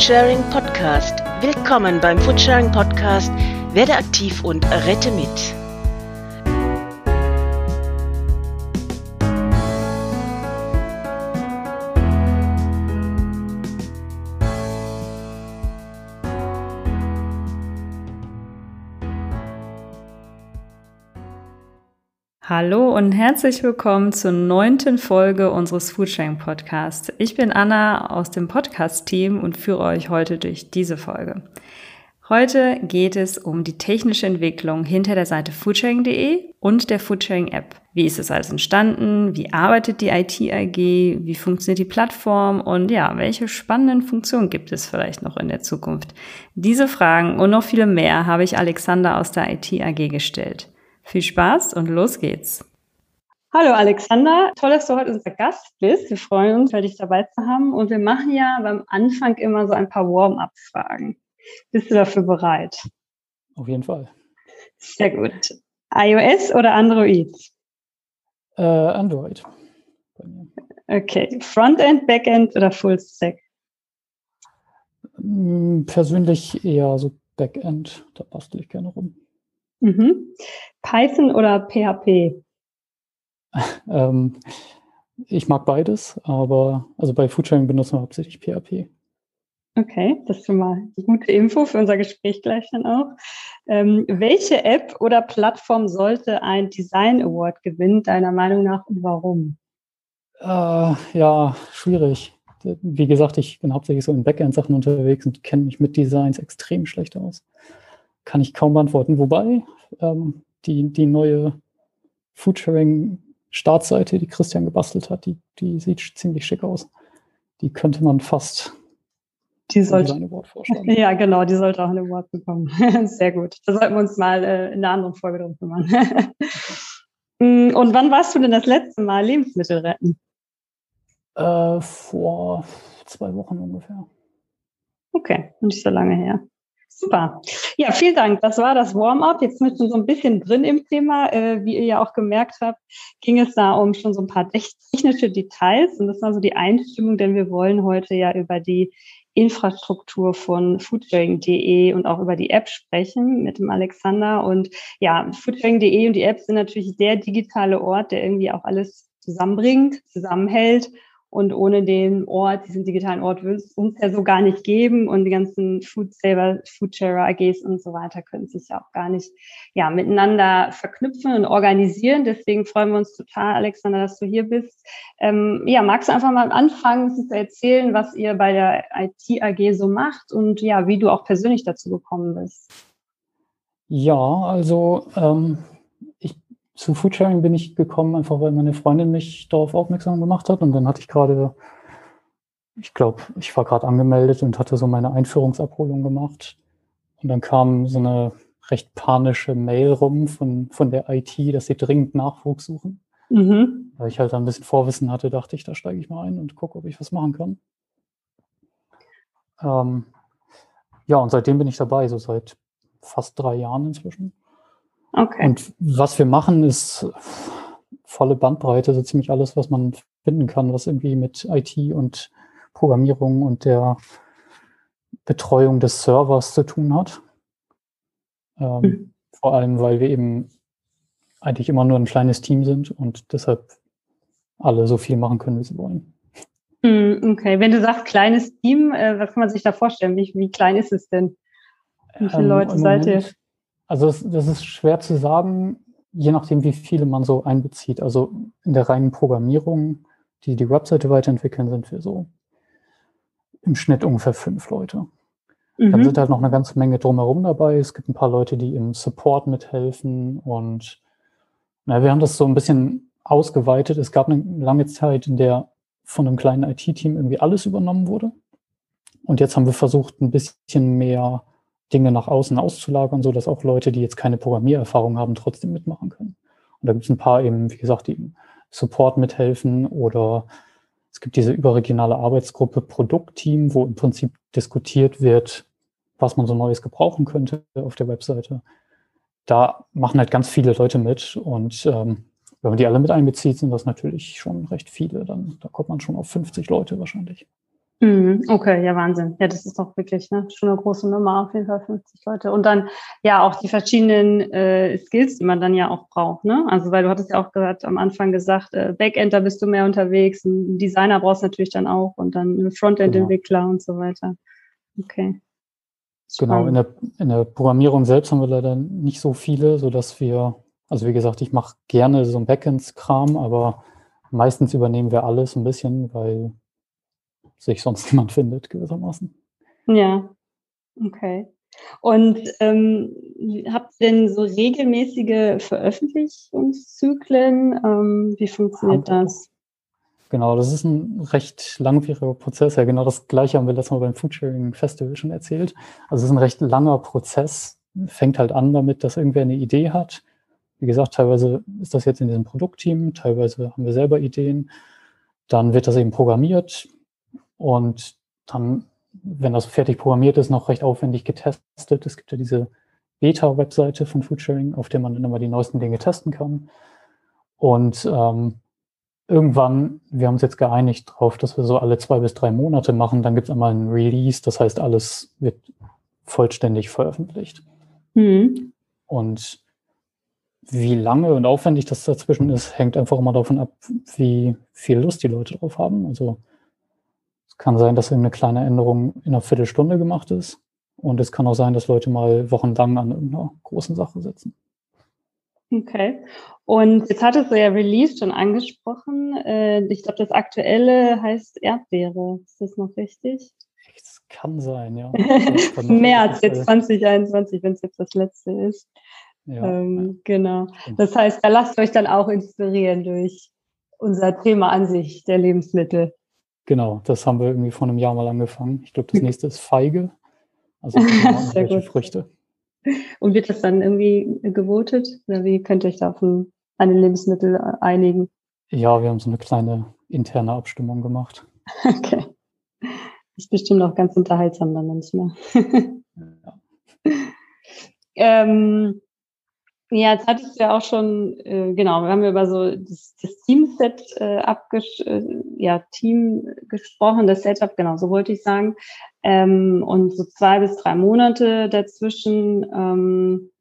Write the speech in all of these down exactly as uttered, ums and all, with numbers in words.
Foodsharing Podcast. Willkommen beim Foodsharing Podcast. Werde aktiv und rette mit. Hallo und herzlich willkommen zur neunten Folge unseres Foodsharing Podcasts. Ich bin Anna aus dem Podcast-Team und führe euch heute durch diese Folge. Heute geht es um die technische Entwicklung hinter der Seite foodsharing punkt de und der Foodsharing-App. Wie ist es alles entstanden? Wie arbeitet die I T A G? Wie funktioniert die Plattform? Und ja, welche spannenden Funktionen gibt es vielleicht noch in der Zukunft? Diese Fragen und noch viele mehr habe ich Alexander aus der I T A G gestellt. Viel Spaß und los geht's. Hallo Alexander, toll, dass du heute unser Gast bist. Wir freuen uns, dich dabei zu haben. Und wir machen ja beim Anfang immer so ein paar Warm-up-Fragen. Bist du dafür bereit? Auf jeden Fall. Sehr gut. iOS oder Android? Äh, Android. Okay. Frontend, Backend oder Fullstack? Persönlich eher so Backend. Da bastel ich gerne rum. Mhm. Python oder P H P? ähm, ich mag beides, aber also bei Foodsharing benutzen wir hauptsächlich P H P. Okay, das ist schon mal eine gute Info für unser Gespräch gleich dann auch. Ähm, welche App oder Plattform sollte ein Design Award gewinnen, deiner Meinung nach, und warum? Äh, ja, schwierig. Wie gesagt, ich bin hauptsächlich so in Backend-Sachen unterwegs und kenne mich mit Designs extrem schlecht aus. Kann ich kaum beantworten. Wobei ähm, die, die neue Foodsharing-Startseite, die Christian gebastelt hat, die, die sieht ziemlich schick aus. Die könnte man fast die sollte, ein Award vorschlagen. Ja, genau, die sollte auch ein Award bekommen. Sehr gut. Da sollten wir uns mal äh, in einer anderen Folge drum kümmern. Und wann warst du denn das letzte Mal Lebensmittel retten? Äh, vor zwei Wochen ungefähr. Okay, nicht so lange her. Super. Ja, vielen Dank. Das war das Warm-up. Jetzt sind wir so ein bisschen drin im Thema. Äh, wie ihr ja auch gemerkt habt, ging es da um schon so ein paar technische Details. Und das war so die Einstimmung, denn wir wollen heute ja über die Infrastruktur von foodsharing punkt de und auch über die App sprechen mit dem Alexander. Und ja, foodsharing punkt de und die App sind natürlich der digitale Ort, der irgendwie auch alles zusammenbringt, zusammenhält. Und ohne den Ort, diesen digitalen Ort, würde es uns ja so gar nicht geben. Und die ganzen Foodsaver, Foodsharer A Gs und so weiter können sich ja auch gar nicht ja, miteinander verknüpfen und organisieren. Deswegen freuen wir uns total, Alexander, dass du hier bist. Ähm, ja, magst du einfach mal anfangen, zu erzählen, was ihr bei der I T A G so macht und ja, wie du auch persönlich dazu gekommen bist? Ja, also ähm, ich Zu Foodsharing bin ich gekommen, einfach weil meine Freundin mich darauf aufmerksam gemacht hat. Und dann hatte ich gerade, ich glaube, ich war gerade angemeldet und hatte so meine Einführungsabholung gemacht. Und dann kam so eine recht panische Mail rum von, von der I T, dass sie dringend Nachwuchs suchen. Mhm. Weil ich halt ein bisschen Vorwissen hatte, dachte ich, da steige ich mal ein und gucke, ob ich was machen kann. Ähm, ja, und seitdem bin ich dabei, so seit fast drei Jahren inzwischen. Okay. Und was wir machen, ist volle Bandbreite, so ziemlich alles, was man finden kann, was irgendwie mit I T und Programmierung und der Betreuung des Servers zu tun hat. Ähm, mhm. Vor allem, weil wir eben eigentlich immer nur ein kleines Team sind und deshalb alle so viel machen können, wie sie wollen. Okay, wenn du sagst kleines Team, äh, was kann man sich da vorstellen? Wie, wie klein ist es denn? Wie viele ähm, Leute seid ihr? Also das, das ist schwer zu sagen, je nachdem, wie viele man so einbezieht. Also in der reinen Programmierung, die die Webseite weiterentwickeln, sind wir so im Schnitt ungefähr fünf Leute. Mhm. Dann sind halt noch eine ganze Menge drumherum dabei. Es gibt ein paar Leute, die im Support mithelfen und na, wir haben das so ein bisschen ausgeweitet. Es gab eine lange Zeit, in der von einem kleinen I T-Team irgendwie alles übernommen wurde. Und jetzt haben wir versucht, ein bisschen mehr Dinge nach außen auszulagern, so dass auch Leute, die jetzt keine Programmiererfahrung haben, trotzdem mitmachen können. Und da gibt es ein paar eben, wie gesagt, die im Support mithelfen oder es gibt diese überregionale Arbeitsgruppe Produktteam, wo im Prinzip diskutiert wird, was man so Neues gebrauchen könnte auf der Webseite. Da machen halt ganz viele Leute mit und ähm, wenn man die alle mit einbezieht, sind das natürlich schon recht viele. Dann da kommt man schon auf fünfzig Leute wahrscheinlich. Okay, ja, Wahnsinn. Ja, das ist doch wirklich ne, schon eine große Nummer, auf jeden Fall fünfzig Leute. Und dann ja auch die verschiedenen äh, Skills, die man dann ja auch braucht. Ne? Also weil du hattest ja auch gerade am Anfang gesagt, äh, Backend, da bist du mehr unterwegs, ein Designer brauchst du natürlich dann auch und dann einen Frontend-Entwickler genau. und so weiter. Okay. Genau, in der, in der Programmierung selbst haben wir leider nicht so viele, sodass wir, also wie gesagt, ich mache gerne so ein Backend-Kram, aber meistens übernehmen wir alles ein bisschen, weil sich sonst niemand findet, gewissermaßen. Ja, okay. Und ähm, habt ihr denn so regelmäßige Veröffentlichungszyklen? Ähm, wie funktioniert Haben das? Genau, das ist ein recht langwieriger Prozess. Ja, genau das Gleiche haben wir letztes Mal beim Foodsharing Festival schon erzählt. Also es ist ein recht langer Prozess. Fängt halt an damit, dass irgendwer eine Idee hat. Wie gesagt, teilweise ist das jetzt in diesem Produktteam, teilweise haben wir selber Ideen. Dann wird das eben programmiert und dann, wenn das fertig programmiert ist, noch recht aufwendig getestet. Es gibt ja diese Beta-Webseite von Foodsharing, auf der man dann immer die neuesten Dinge testen kann. Und ähm, irgendwann, wir haben uns jetzt geeinigt drauf, dass wir so alle zwei bis drei Monate machen. Dann gibt es einmal ein Release, das heißt, alles wird vollständig veröffentlicht. Mhm. Und wie lange und aufwendig das dazwischen ist, hängt einfach immer davon ab, wie viel Lust die Leute drauf haben. Also es kann sein, dass irgendeine kleine Änderung in einer Viertelstunde gemacht ist. Und es kann auch sein, dass Leute mal wochenlang an irgendeiner großen Sache sitzen. Okay. Und jetzt hattest du ja Release schon angesprochen. Ich glaube, das aktuelle heißt Erdbeere. Ist das noch richtig? Das kann sein, ja. März jetzt zwanzig einundzwanzig, wenn es jetzt das letzte ist. Ja, ähm, ja. Genau. Das heißt, da lasst euch dann auch inspirieren durch unser Thema an sich, der Lebensmittel. Genau, das haben wir irgendwie vor einem Jahr mal angefangen. Ich glaube, das nächste ist Feige. Also welche Früchte. Und wird das dann irgendwie gewotet? Oder wie könnt ihr euch da auf ein, eine Lebensmittel einigen? Ja, wir haben so eine kleine interne Abstimmung gemacht. Okay. Ist bestimmt auch ganz unterhaltsam dann manchmal. Ja. ähm, ja, jetzt hattest du ja auch schon, äh, genau, wir haben über so das, das Teamset äh, abges äh, ja, Team gesprochen, das Setup, genau, so wollte ich sagen. Ähm, und so zwei bis drei Monate dazwischen. Ähm,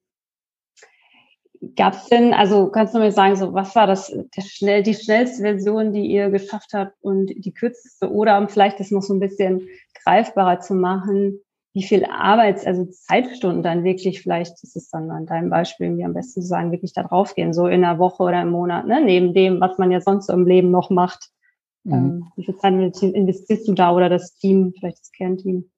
Gab es denn, also kannst du mir sagen, so was war das der schnell, die schnellste Version, die ihr geschafft habt und die kürzeste? Oder um vielleicht das noch so ein bisschen greifbarer zu machen, wie viel Arbeits-, also Zeitstunden dann wirklich, vielleicht ist es dann an deinem Beispiel irgendwie am besten zu sagen, wirklich da drauf gehen, so in einer Woche oder im Monat, ne? Neben dem, was man ja sonst so im Leben noch macht. Mhm. Ähm, wie viel Zeit investierst du da oder das Team, vielleicht das Kernteam?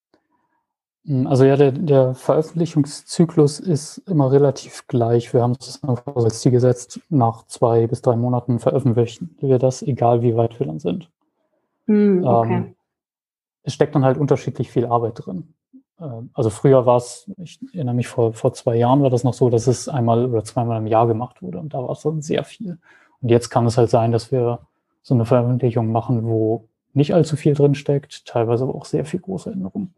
Also ja, der, der Veröffentlichungszyklus ist immer relativ gleich. Wir haben uns einfach als Ziel gesetzt, nach zwei bis drei Monaten veröffentlichen wir das, egal wie weit wir dann sind. Mm, okay. Ähm, es steckt dann halt unterschiedlich viel Arbeit drin. Ähm, also früher war es, ich erinnere mich, vor, vor zwei Jahren war das noch so, dass es einmal oder zweimal im Jahr gemacht wurde und da war es dann sehr viel. Und jetzt kann es halt sein, dass wir so eine Veröffentlichung machen, wo nicht allzu viel drin steckt, teilweise aber auch sehr viel große Änderungen.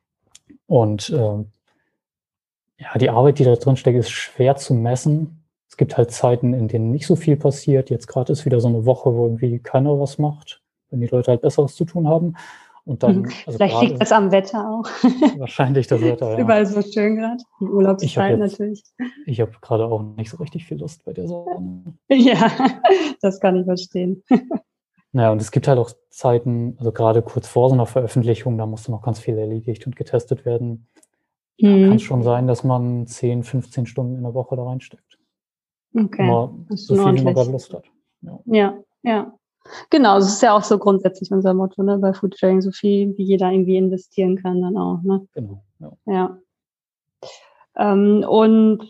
Und äh, ja, die Arbeit, die da drin steckt, ist schwer zu messen. Es gibt halt Zeiten, in denen nicht so viel passiert. Jetzt gerade ist wieder so eine Woche, wo irgendwie keiner was macht, wenn die Leute halt Besseres zu tun haben. Und dann, also vielleicht grade, liegt das am Wetter auch. Wahrscheinlich das Wetter, ja. Ist überall so schön gerade. Die Urlaubszeit natürlich. Ich habe gerade auch nicht so richtig viel Lust bei der Sonne. Ja, das kann ich verstehen. Naja, und es gibt halt auch Zeiten, also gerade kurz vor so einer Veröffentlichung, da musste noch ganz viel erledigt und getestet werden. Da mhm. kann es schon sein, dass man zehn, fünfzehn Stunden in der Woche da reinsteckt. Okay. Immer so viel, wie man gerade Lust hat. Ja. ja, ja. Genau, das ist ja auch so grundsätzlich unser Motto, ne, bei Foodsharing, so viel wie jeder irgendwie investieren kann, dann auch, ne? Genau, ja. Ja. Ähm, und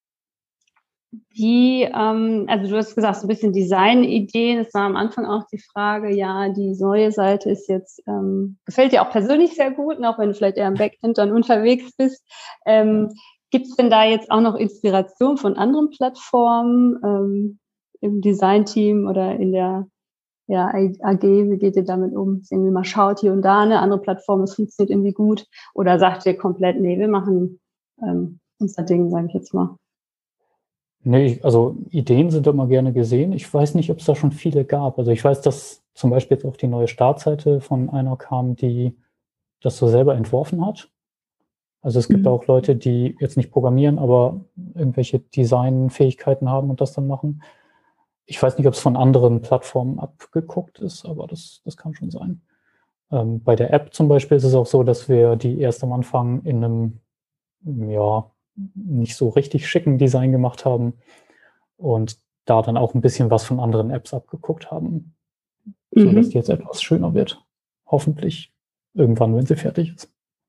Wie, ähm, also du hast gesagt, so ein bisschen Designideen. Es war am Anfang auch die Frage, ja, die neue Seite ist jetzt, ähm, gefällt dir auch persönlich sehr gut, auch wenn du vielleicht eher im Backend dann unterwegs bist. Ähm, Gibt es denn da jetzt auch noch Inspiration von anderen Plattformen ähm, im Designteam oder in der ja, A G? Wie geht ihr damit um? Dass irgendwie mal schaut hier und da eine andere Plattform, es funktioniert irgendwie gut. Oder sagt ihr komplett, nee, wir machen ähm, unser Ding, sage ich jetzt mal. Nee, also Ideen sind immer gerne gesehen. Ich weiß nicht, ob es da schon viele gab. Also ich weiß, dass zum Beispiel jetzt auch die neue Startseite von einer kam, die das so selber entworfen hat. Also es gibt Mhm. auch Leute, die jetzt nicht programmieren, aber irgendwelche Designfähigkeiten haben und das dann machen. Ich weiß nicht, ob es von anderen Plattformen abgeguckt ist, aber das, das kann schon sein. Ähm, bei der App zum Beispiel ist es auch so, dass wir die erst am Anfang in einem, ja, nicht so richtig schicken Design gemacht haben und da dann auch ein bisschen was von anderen Apps abgeguckt haben, so dass die Mhm. jetzt etwas schöner wird. Hoffentlich irgendwann, wenn sie fertig ist.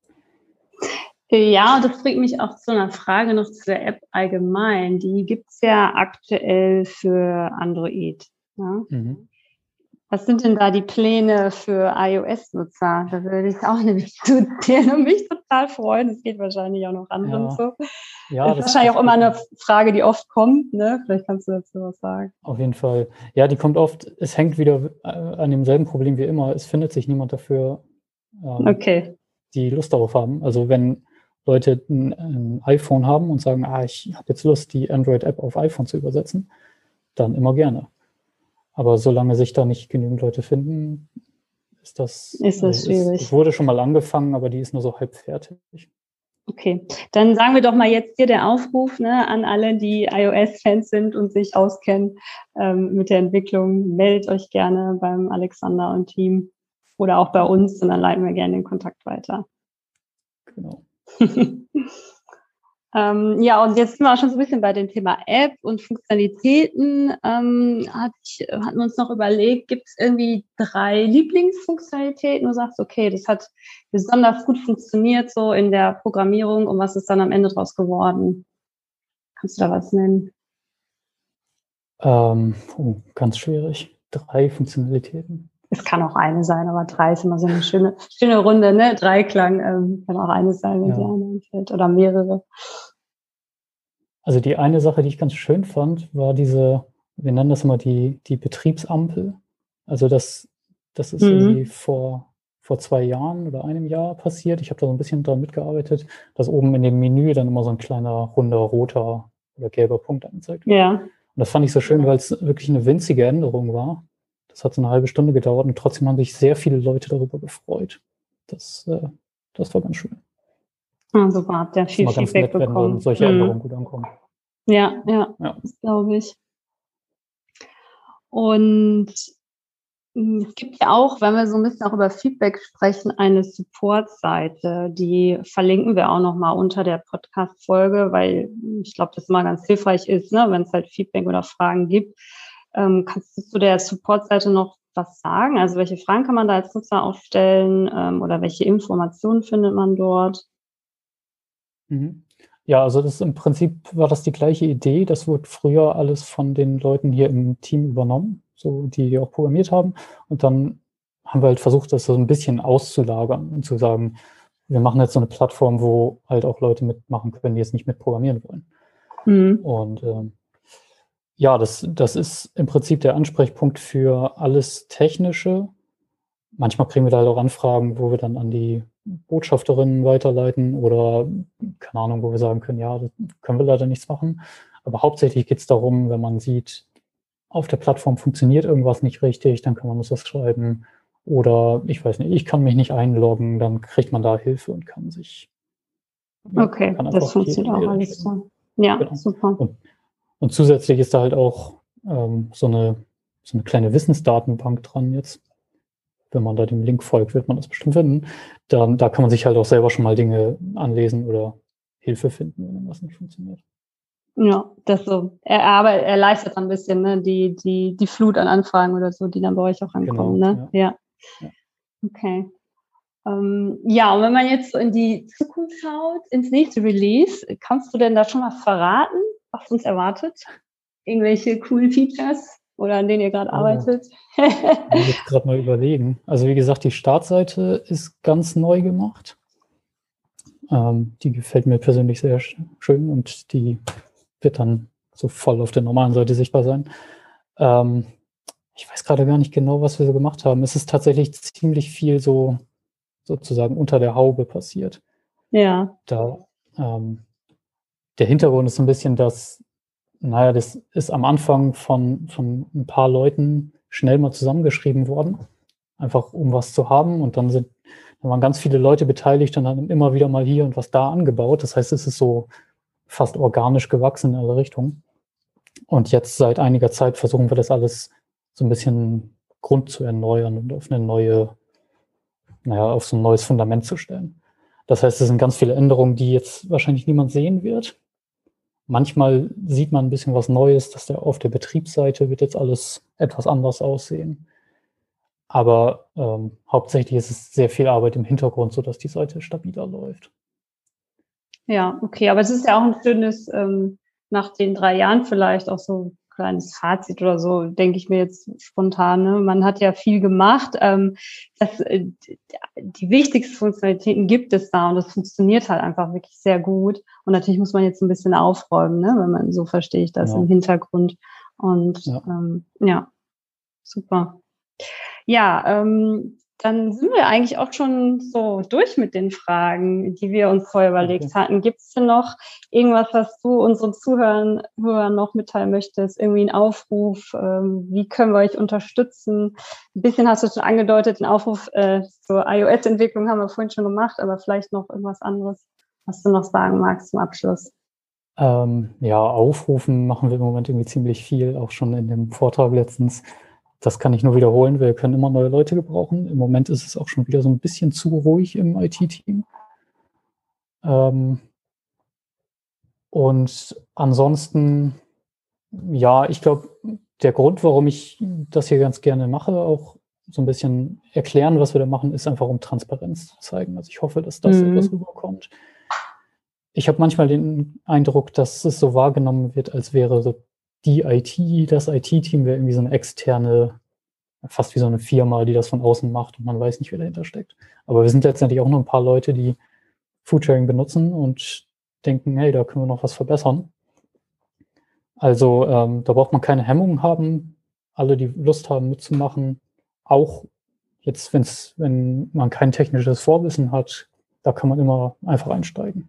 Ja, das bringt mich auch zu einer Frage noch zu der App allgemein. Die gibt's ja aktuell für Android. Ja? Mhm. Was sind denn da die Pläne für iOS-Nutzer? Da würde ich auch nämlich zu dir und mich total freuen. Das geht wahrscheinlich auch noch anderen Ja, so. ja, Ist das, wahrscheinlich das auch immer geht eine Frage, die oft kommt, ne? Vielleicht kannst du dazu was sagen. auf jeden Fall. Ja, die kommt oft, es hängt wieder äh, an demselben Problem wie immer. Es findet sich niemand dafür, ähm, Okay. die Lust darauf haben. Also wenn Leute ein, ein iPhone haben und sagen, ah, ich habe jetzt Lust, die Android-App auf iPhone zu übersetzen, dann immer gerne. Aber solange sich da nicht genügend Leute finden, ist das, Ist das also es, es schwierig. wurde schon mal angefangen, aber die ist nur so halb fertig. Okay, dann sagen wir doch mal jetzt hier der Aufruf, ne, an alle, die iOS-Fans sind und sich auskennen ähm, mit der Entwicklung. Meldet euch gerne beim Alexander und Team oder auch bei uns und dann leiten wir gerne den Kontakt weiter. Genau. ähm, ja, und jetzt sind wir auch schon so ein bisschen bei dem Thema App und Funktionalitäten. Ähm, hat, hatten wir uns noch überlegt, gibt es irgendwie drei Lieblingsfunktionalitäten, wo du sagst, okay, das hat besonders gut funktioniert so in der Programmierung und was ist dann am Ende draus geworden? Kannst du da was nennen? Ähm, oh, ganz schwierig. Drei Funktionalitäten. Es kann auch eine sein, aber drei ist immer so eine schöne, schöne Runde, ne? Dreiklang ähm, kann auch eine sein, wenn Ja. die eine einfällt oder mehrere. Also die eine Sache, die ich ganz schön fand, war diese, wir nennen das immer die, die Betriebsampel. Also das, das ist irgendwie Mhm. vor, vor zwei Jahren oder einem Jahr passiert. Ich habe da so ein bisschen dran mitgearbeitet, dass oben in dem Menü dann immer so ein kleiner, runder, roter oder gelber Punkt angezeigt wird. Ja. Und das fand ich so schön, weil es wirklich eine winzige Änderung war. Das hat so eine halbe Stunde gedauert und trotzdem haben sich sehr viele Leute darüber gefreut. Das, äh, das war ganz schön. Ah, super, habt ihr Das ist viel immer ganz Feedback nett, wenn dann bekommen. solche Mhm. Änderungen gut ankommen. Ja, ja, Ja. das glaube ich. Und es gibt ja auch, wenn wir so ein bisschen auch über Feedback sprechen, eine Support-Seite. Die verlinken wir auch nochmal unter der Podcast-Folge, weil ich glaube, das immer ganz hilfreich ist, ne, wenn es halt Feedback oder Fragen gibt. Ähm, kannst du zu der Support-Seite noch was sagen? Also welche Fragen kann man da als Nutzer auch stellen ähm, oder welche Informationen findet man dort? Mhm. Ja, also das im Prinzip war das die gleiche Idee. Das wurde früher alles von den Leuten hier im Team übernommen, so die, die auch programmiert haben. Und dann haben wir halt versucht, das so ein bisschen auszulagern und zu sagen, wir machen jetzt so eine Plattform, wo halt auch Leute mitmachen können, die jetzt nicht mit programmieren wollen. Mhm. Und ähm, ja, das, das ist im Prinzip der Ansprechpunkt für alles Technische. Manchmal kriegen wir da halt auch Anfragen, wo wir dann an die Botschafterinnen weiterleiten oder, keine Ahnung, wo wir sagen können, ja, da können wir leider nichts machen. Aber hauptsächlich geht es darum, wenn man sieht, auf der Plattform funktioniert irgendwas nicht richtig, dann kann man uns das schreiben. Oder ich weiß nicht, ich kann mich nicht einloggen, dann kriegt man da Hilfe und kann sich, ja, Okay, kann das einfach funktioniert auch jede alles Richtung. so. Ja, Genau. super. Und, und zusätzlich ist da halt auch ähm, so, eine, so eine kleine Wissensdatenbank dran jetzt. Wenn man da dem Link folgt, wird man das bestimmt finden. Dann, da kann man sich halt auch selber schon mal Dinge anlesen oder Hilfe finden, wenn irgendwas nicht funktioniert. Ja, das so. Er, aber erleichtert ein bisschen, ne, die, die, die Flut an Anfragen oder so, die dann bei euch auch ankommen, Genau, ne? Ja. ja. Okay. Ähm, ja, und wenn man jetzt so in die Zukunft schaut, ins nächste Release, kannst du denn da schon was verraten, was uns erwartet? Irgendwelche coolen Features oder an denen ihr gerade Oh. arbeitet? Ich muss jetzt gerade mal überlegen. Also wie gesagt, die Startseite ist ganz neu gemacht. Ähm, die gefällt mir persönlich sehr schön und die wird dann so voll auf der normalen Seite sichtbar sein. Ähm, ich weiß gerade gar nicht genau, was wir so gemacht haben. Es ist tatsächlich ziemlich viel so sozusagen unter der Haube passiert. Ja. Da, ähm, der Hintergrund ist so ein bisschen, dass Naja, das ist am Anfang von, von ein paar Leuten schnell mal zusammengeschrieben worden, einfach um was zu haben. Und dann sind, dann waren ganz viele Leute beteiligt und haben immer wieder mal hier und was da angebaut. Das heißt, es ist so fast organisch gewachsen in alle Richtungen. Und jetzt seit einiger Zeit versuchen wir das alles so ein bisschen Grund zu erneuern und auf eine neue, naja, auf so ein neues Fundament zu stellen. Das heißt, es sind ganz viele Änderungen, die jetzt wahrscheinlich niemand sehen wird. Manchmal sieht man ein bisschen was Neues, dass der auf der Betriebsseite wird jetzt alles etwas anders aussehen. Aber ähm, hauptsächlich ist es sehr viel Arbeit im Hintergrund, sodass die Seite stabiler läuft. Ja, okay, aber es ist ja auch ein schönes, ähm, nach den drei Jahren vielleicht auch so ein kleines Fazit oder so, denke ich mir jetzt spontan. Ne? Man hat ja viel gemacht. Ähm, das, äh, die wichtigsten Funktionalitäten gibt es da und das funktioniert halt einfach wirklich sehr gut. Und natürlich muss man jetzt ein bisschen aufräumen, ne? Wenn man, so verstehe ich das, ja, im Hintergrund. Und ja, ähm, ja super. Ja, ähm, dann sind wir eigentlich auch schon so durch mit den Fragen, die wir uns vorher überlegt okay. hatten. Gibt es denn noch irgendwas, was du unseren Zuhörern Hörern noch mitteilen möchtest? Irgendwie einen Aufruf? Ähm, wie können wir euch unterstützen? Ein bisschen hast du schon angedeutet, den Aufruf äh, zur iOS-Entwicklung haben wir vorhin schon gemacht, aber vielleicht noch irgendwas anderes, was du noch sagen magst zum Abschluss. Ähm, ja, Aufrufen machen wir im Moment irgendwie ziemlich viel, auch schon in dem Vortrag letztens. Das kann ich nur wiederholen. Wir können immer neue Leute gebrauchen. Im Moment ist es auch schon wieder so ein bisschen zu ruhig im I T-Team. Ähm, und ansonsten, ja, ich glaube, der Grund, warum ich das hier ganz gerne mache, auch so ein bisschen erklären, was wir da machen, ist einfach, um Transparenz zu zeigen. Also ich hoffe, dass das mhm. etwas rüberkommt. Ich habe manchmal den Eindruck, dass es so wahrgenommen wird, als wäre so die I T, das I T-Team wäre irgendwie so eine externe, fast wie so eine Firma, die das von außen macht und man weiß nicht, wer dahinter steckt. Aber wir sind letztendlich auch nur ein paar Leute, die Foodsharing benutzen und denken, hey, da können wir noch was verbessern. Also ähm, da braucht man keine Hemmungen haben, alle, die Lust haben mitzumachen, auch jetzt, wenn's, wenn man kein technisches Vorwissen hat, da kann man immer einfach einsteigen.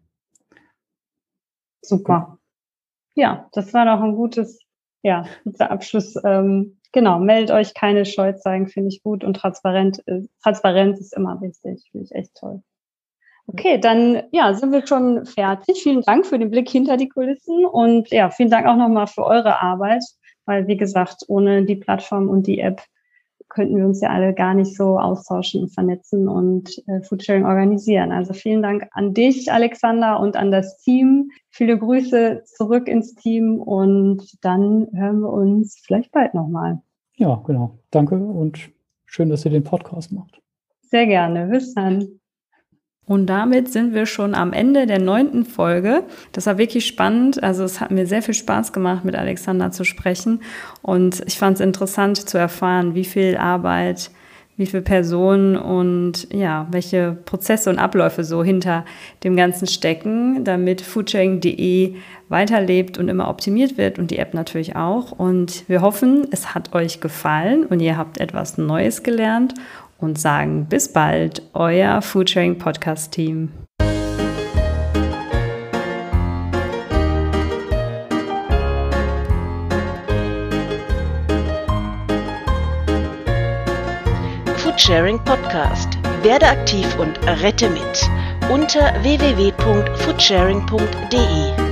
Super. Ja, das war doch ein gutes, ja, guter Abschluss. Ähm, genau, meldet euch, keine Scheu zeigen, finde ich gut. Und transparent, äh, Transparenz ist immer wichtig, finde ich echt toll. Okay, dann ja, sind wir schon fertig. Vielen Dank für den Blick hinter die Kulissen und ja, vielen Dank auch nochmal für eure Arbeit, weil wie gesagt, ohne die Plattform und die App könnten wir uns ja alle gar nicht so austauschen und vernetzen und äh, Foodsharing organisieren. Also vielen Dank an dich, Alexander, und an das Team. Viele Grüße zurück ins Team und dann hören wir uns vielleicht bald nochmal. Ja, genau. Danke und schön, dass ihr den Podcast macht. Sehr gerne. Bis dann. Und damit sind wir schon am Ende der neunten Folge. Das war wirklich spannend. Also es hat mir sehr viel Spaß gemacht, mit Alexander zu sprechen. Und ich fand es interessant zu erfahren, wie viel Arbeit, wie viele Personen und ja, welche Prozesse und Abläufe so hinter dem Ganzen stecken, damit foodsharing punkt de weiterlebt und immer optimiert wird und die App natürlich auch. Und wir hoffen, es hat euch gefallen und ihr habt etwas Neues gelernt. Und sagen bis bald, euer Foodsharing Podcast Team. Foodsharing Podcast. Werde aktiv und rette mit unter w w w punkt foodsharing punkt de.